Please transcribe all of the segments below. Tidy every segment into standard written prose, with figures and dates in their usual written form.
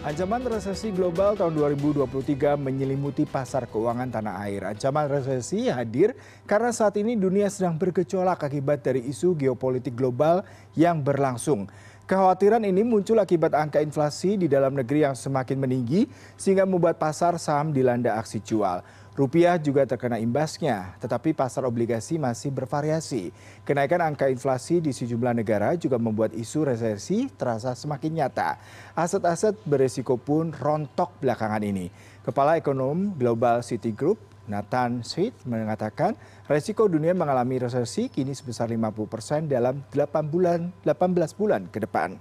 Ancaman resesi global tahun 2023 menyelimuti pasar keuangan tanah air. Ancaman resesi hadir karena saat ini dunia sedang bergejolak akibat dari isu geopolitik global yang berlangsung. Kekhawatiran ini muncul akibat angka inflasi di dalam negeri yang semakin meninggi sehingga membuat pasar saham dilanda aksi jual. Rupiah juga terkena imbasnya, tetapi pasar obligasi masih bervariasi. Kenaikan angka inflasi di sejumlah negara juga membuat isu resesi terasa semakin nyata. Aset-aset beresiko pun rontok belakangan ini. Kepala Ekonom Global Citigroup, Nathan Sweet, mengatakan resiko dunia mengalami resesi kini sebesar 50% dalam 18 bulan ke depan.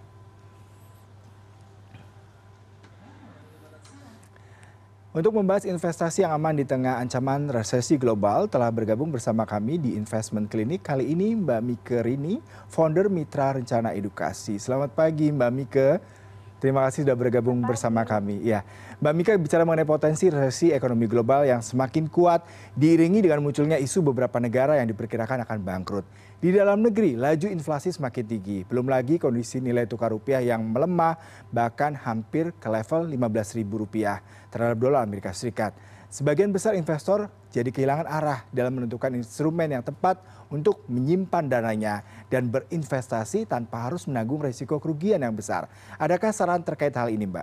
Untuk membahas investasi yang aman di tengah ancaman resesi global, telah bergabung bersama kami di Investment Clinic. Kali ini Mbak Mike Rini, founder Mitra Rencana Edukasi. Selamat pagi Mbak Mike. Terima kasih sudah bergabung bersama kami. Ya, Mbak Mika bicara mengenai potensi resesi ekonomi global yang semakin kuat diiringi dengan munculnya isu beberapa negara yang diperkirakan akan bangkrut. Di dalam negeri, laju inflasi semakin tinggi. Belum lagi kondisi nilai tukar rupiah yang melemah bahkan hampir ke level Rp15.000 terhadap dolar Amerika Serikat. Sebagian besar investor jadi kehilangan arah dalam menentukan instrumen yang tepat untuk menyimpan dananya dan berinvestasi tanpa harus menanggung risiko kerugian yang besar. Adakah saran terkait hal ini, Mbak?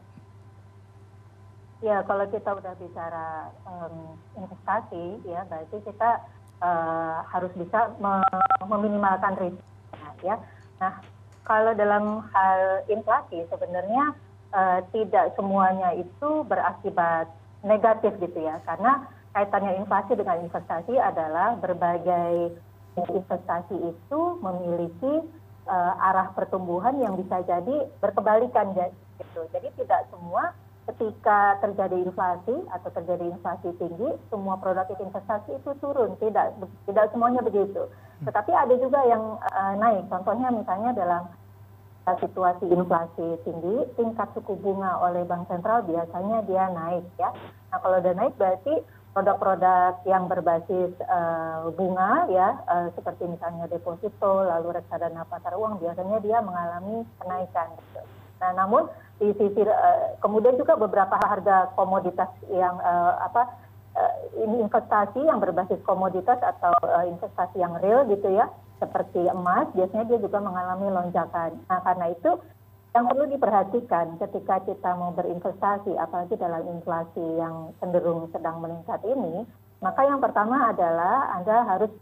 Ya, kalau kita udah bicara investasi, ya berarti kita harus bisa meminimalkan risiko. Ya, nah kalau dalam hal inflasi sebenarnya tidak semuanya itu berakibat negatif gitu ya, karena kaitannya inflasi dengan investasi adalah berbagai investasi itu memiliki arah pertumbuhan yang bisa jadi berkebalikan gitu. Jadi tidak semua ketika terjadi inflasi atau terjadi inflasi tinggi, semua produk investasi itu turun. Tidak semuanya begitu. Tetapi ada juga yang naik. Contohnya misalnya dalam situasi inflasi tinggi, tingkat suku bunga oleh bank sentral biasanya dia naik ya. Nah kalau udah naik berarti produk-produk yang berbasis bunga ya, seperti misalnya deposito, lalu reksadana pasar uang, biasanya dia mengalami kenaikan. Gitu. Nah namun di sisi kemudian juga beberapa harga komoditas yang ini investasi yang berbasis komoditas atau investasi yang real gitu ya, seperti emas, biasanya dia juga mengalami lonjakan. Nah, karena itu yang perlu diperhatikan ketika kita mau berinvestasi, apalagi dalam inflasi yang cenderung sedang meningkat ini, maka yang pertama adalah Anda harus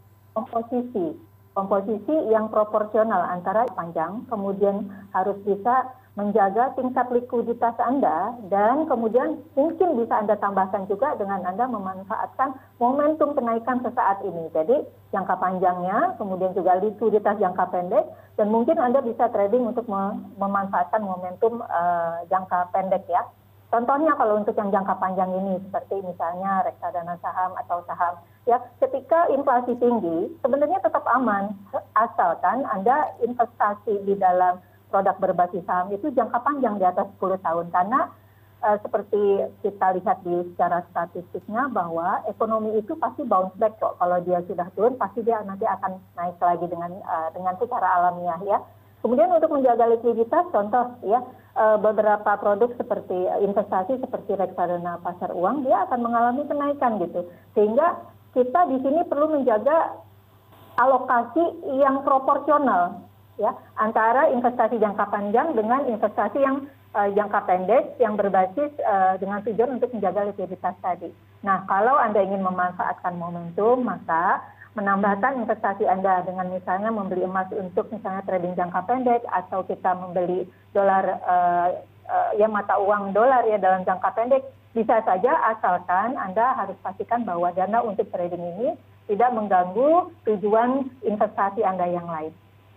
komposisi yang proporsional antara panjang, kemudian harus bisa menjaga tingkat likuiditas Anda, dan kemudian mungkin bisa Anda tambahkan juga dengan Anda memanfaatkan momentum kenaikan sesaat ini. Jadi jangka panjangnya, kemudian juga likuiditas jangka pendek, dan mungkin Anda bisa trading untuk memanfaatkan momentum jangka pendek ya. Contohnya kalau untuk yang jangka panjang ini seperti misalnya reksadana saham atau saham ya, ketika inflasi tinggi sebenarnya tetap aman asalkan Anda investasi di dalam produk berbasis saham itu jangka panjang di atas 10 tahun, karena seperti kita lihat di secara statistiknya bahwa ekonomi itu pasti bounce back kok. Kalau dia sudah turun pasti dia nanti akan naik lagi dengan secara alamiah ya. Kemudian untuk menjaga likuiditas, contoh ya, beberapa produk seperti investasi seperti reksadana pasar uang dia akan mengalami kenaikan gitu. Sehingga kita di sini perlu menjaga alokasi yang proporsional ya, antara investasi jangka panjang dengan investasi yang jangka pendek yang berbasis dengan tujuan untuk menjaga likuiditas tadi. Nah, kalau Anda ingin memanfaatkan momentum, maka menambahkan investasi Anda dengan misalnya membeli emas untuk misalnya trading jangka pendek, atau kita membeli dolar ya mata uang dolar ya dalam jangka pendek, bisa saja asalkan Anda harus pastikan bahwa dana untuk trading ini tidak mengganggu tujuan investasi Anda yang lain.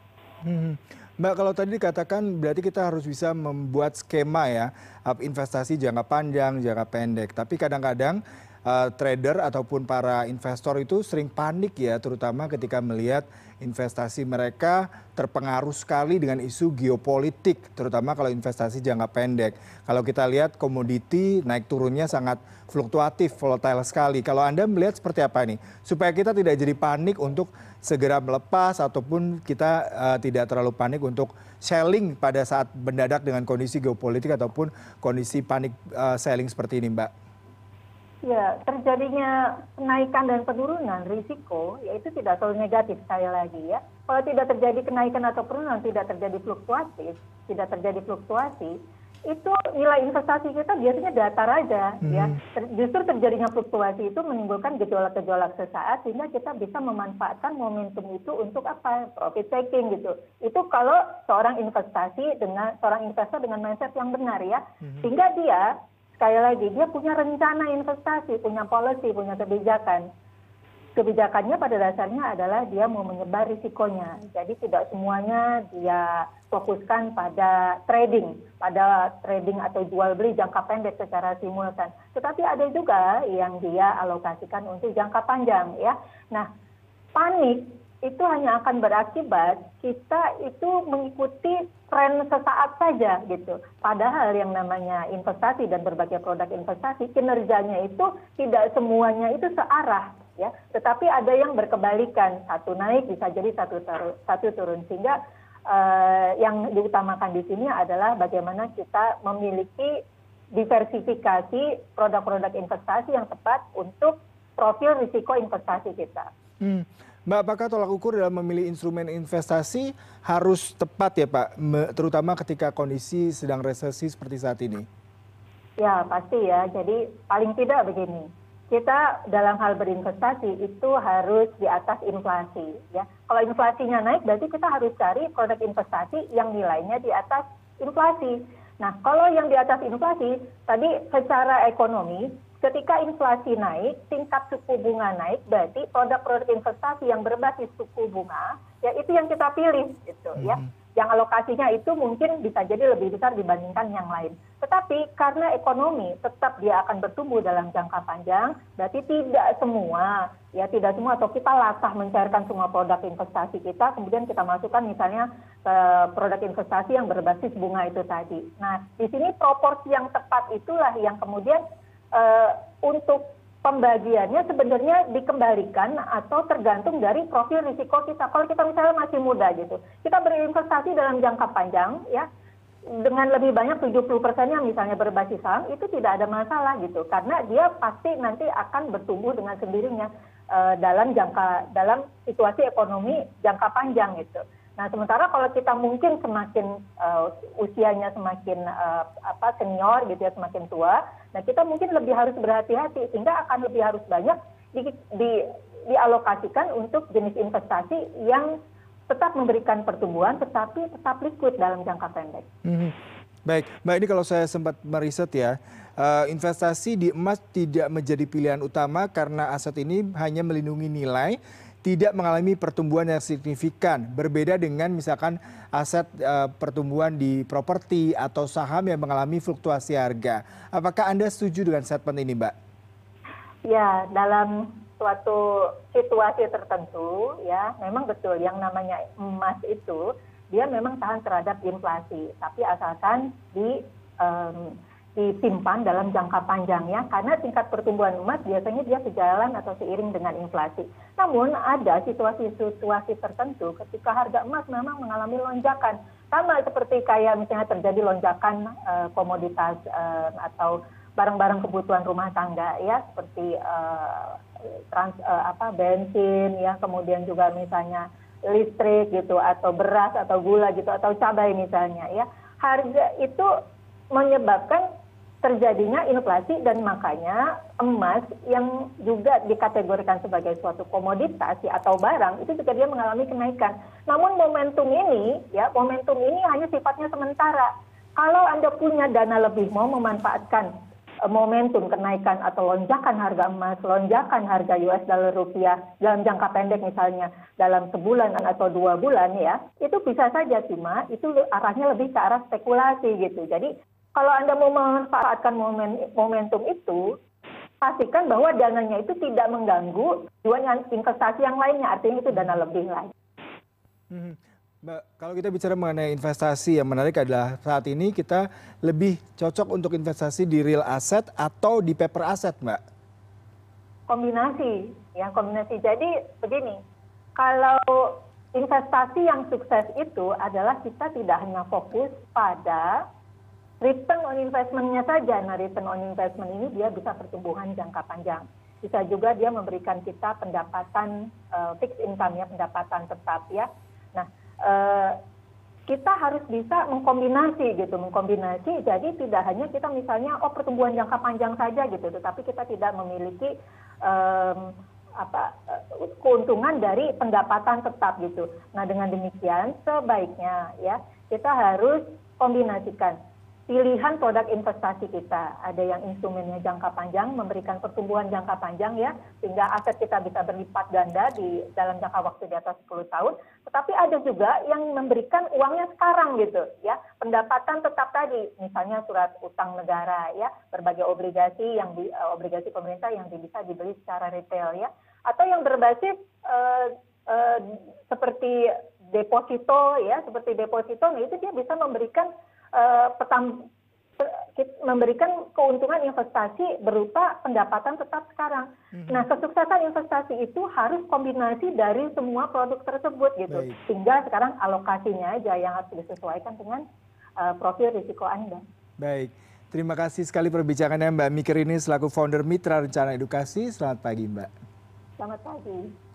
Mbak, kalau tadi dikatakan berarti kita harus bisa membuat skema ya, investasi jangka panjang, jangka pendek. Tapi kadang-kadang trader ataupun para investor itu sering panik ya, terutama ketika melihat investasi mereka terpengaruh sekali dengan isu geopolitik, terutama kalau investasi jangka pendek. Kalau kita lihat komoditi naik turunnya sangat fluktuatif, volatile sekali. Kalau Anda melihat seperti apa nih? Supaya kita tidak jadi panik untuk segera melepas ataupun kita tidak terlalu panik untuk selling pada saat mendadak dengan kondisi geopolitik ataupun kondisi panik selling seperti ini, Mbak. Ya, terjadinya kenaikan dan penurunan risiko, yaitu tidak selalu negatif sekali lagi ya. Kalau tidak terjadi kenaikan atau penurunan, tidak terjadi fluktuasi, itu nilai investasi kita biasanya datar aja ya. Justru terjadinya fluktuasi itu menimbulkan gejolak-gejolak sesaat sehingga kita bisa memanfaatkan momentum itu untuk apa? Profit taking gitu. Itu kalau seorang investor dengan mindset yang benar ya. Sehingga dia sekali lagi, dia punya rencana investasi, punya policy, punya kebijakan. Kebijakannya pada dasarnya adalah dia mau menyebar risikonya. Jadi tidak semuanya dia fokuskan pada trading atau jual beli jangka pendek secara simultan. Tetapi ada juga yang dia alokasikan untuk jangka panjang ya. Nah, panik itu hanya akan berakibat kita itu mengikuti tren sesaat saja gitu. Padahal yang namanya investasi dan berbagai produk investasi, kinerjanya itu tidak semuanya itu searah ya. Tetapi ada yang berkebalikan, satu naik bisa jadi satu turun. Sehingga yang diutamakan di sini adalah bagaimana kita memiliki diversifikasi produk-produk investasi yang tepat untuk profil risiko investasi kita. Mbak, apakah tolak ukur dalam memilih instrumen investasi harus tepat ya Pak, terutama ketika kondisi sedang resesi seperti saat ini? Ya pasti ya, jadi paling tidak begini, kita dalam hal berinvestasi itu harus di atas inflasi ya. Kalau inflasinya naik berarti kita harus cari produk investasi yang nilainya di atas inflasi. Nah kalau yang di atas inflasi, tadi secara ekonomi, ketika inflasi naik, tingkat suku bunga naik, berarti produk-produk investasi yang berbasis suku bunga, ya itu yang kita pilih, gitu ya. Yang alokasinya itu mungkin bisa jadi lebih besar dibandingkan yang lain. Tetapi karena ekonomi tetap dia akan bertumbuh dalam jangka panjang, berarti tidak semua atau kita lasah mencairkan semua produk investasi kita, kemudian kita masukkan misalnya ke produk investasi yang berbasis bunga itu tadi. Nah, di sini proporsi yang tepat itulah yang kemudian untuk pembagiannya sebenarnya dikembalikan atau tergantung dari profil risiko kita. Kalau kita misalnya masih muda gitu, kita berinvestasi dalam jangka panjang ya, dengan lebih banyak 70%-nya misalnya berbasis saham, itu tidak ada masalah gitu. Karena dia pasti nanti akan bertumbuh dengan sendirinya dalam situasi ekonomi jangka panjang gitu. Nah, sementara kalau kita mungkin semakin usianya semakin senior gitu ya, semakin tua, nah kita mungkin lebih harus berhati-hati sehingga akan lebih harus banyak dialokasikan untuk jenis investasi yang tetap memberikan pertumbuhan tetapi tetap liquid dalam jangka pendek. Baik, Mbak, ini kalau saya sempat meriset ya, investasi di emas tidak menjadi pilihan utama karena aset ini hanya melindungi nilai, tidak mengalami pertumbuhan yang signifikan, berbeda dengan misalkan aset pertumbuhan di properti atau saham yang mengalami fluktuasi harga. Apakah Anda setuju dengan statement ini, Mbak? Ya, dalam suatu situasi tertentu, ya memang betul yang namanya emas itu dia memang tahan terhadap inflasi, tapi asalkan disimpan dalam jangka panjang ya, karena tingkat pertumbuhan emas biasanya dia sejalan atau seiring dengan inflasi. Namun ada situasi-situasi tertentu ketika harga emas memang mengalami lonjakan, sama seperti kayak misalnya terjadi lonjakan komoditas atau barang-barang kebutuhan rumah tangga ya, seperti bensin ya, kemudian juga misalnya listrik gitu, atau beras atau gula gitu, atau cabai misalnya ya. Harga itu menyebabkan terjadinya inflasi dan makanya emas yang juga dikategorikan sebagai suatu komoditas atau barang itu juga dia mengalami kenaikan. Namun momentum ini hanya sifatnya sementara. Kalau Anda punya dana lebih mau memanfaatkan momentum kenaikan atau lonjakan harga emas, lonjakan harga US dollar rupiah dalam jangka pendek misalnya dalam sebulan atau 2 bulan ya, itu bisa saja, cuma itu arahnya lebih ke arah spekulasi gitu. Jadi kalau Anda mau memanfaatkan momentum itu, pastikan bahwa dananya itu tidak mengganggu tujuan investasi yang lainnya, artinya itu dana lebih lagi. Mbak, kalau kita bicara mengenai investasi, yang menarik adalah saat ini kita lebih cocok untuk investasi di real asset atau di paper asset, Mbak? Kombinasi, ya kombinasi. Jadi begini, kalau investasi yang sukses itu adalah kita tidak hanya fokus pada return on investment-nya saja. Nah, return on investment ini dia bisa pertumbuhan jangka panjang. Bisa juga dia memberikan kita pendapatan fixed income, ya, pendapatan tetap, ya. Nah, kita harus bisa mengkombinasi gitu, mengkombinasi. Jadi tidak hanya kita misalnya pertumbuhan jangka panjang saja gitu, tetapi kita tidak memiliki keuntungan dari pendapatan tetap gitu. Nah, dengan demikian sebaiknya ya kita harus kombinasikan pilihan produk investasi kita. Ada yang instrumennya jangka panjang, memberikan pertumbuhan jangka panjang, ya, sehingga aset kita bisa berlipat ganda di dalam jangka waktu di atas 10 tahun. Tetapi ada juga yang memberikan uangnya sekarang gitu, ya, pendapatan tetap tadi, misalnya surat utang negara, ya, berbagai obligasi obligasi pemerintah yang bisa dibeli secara retail, ya, atau yang berbasis seperti deposito, ya, seperti deposito, nah itu dia bisa memberikan keuntungan investasi berupa pendapatan tetap sekarang. Nah, kesuksesan investasi itu harus kombinasi dari semua produk tersebut gitu. Baik. Sehingga sekarang alokasinya aja yang harus disesuaikan dengan profil risiko Anda. Baik, terima kasih sekali perbincangannya Mbak Miki Rini selaku founder Mitra Rencana Edukasi. Selamat pagi, Mbak. Selamat pagi.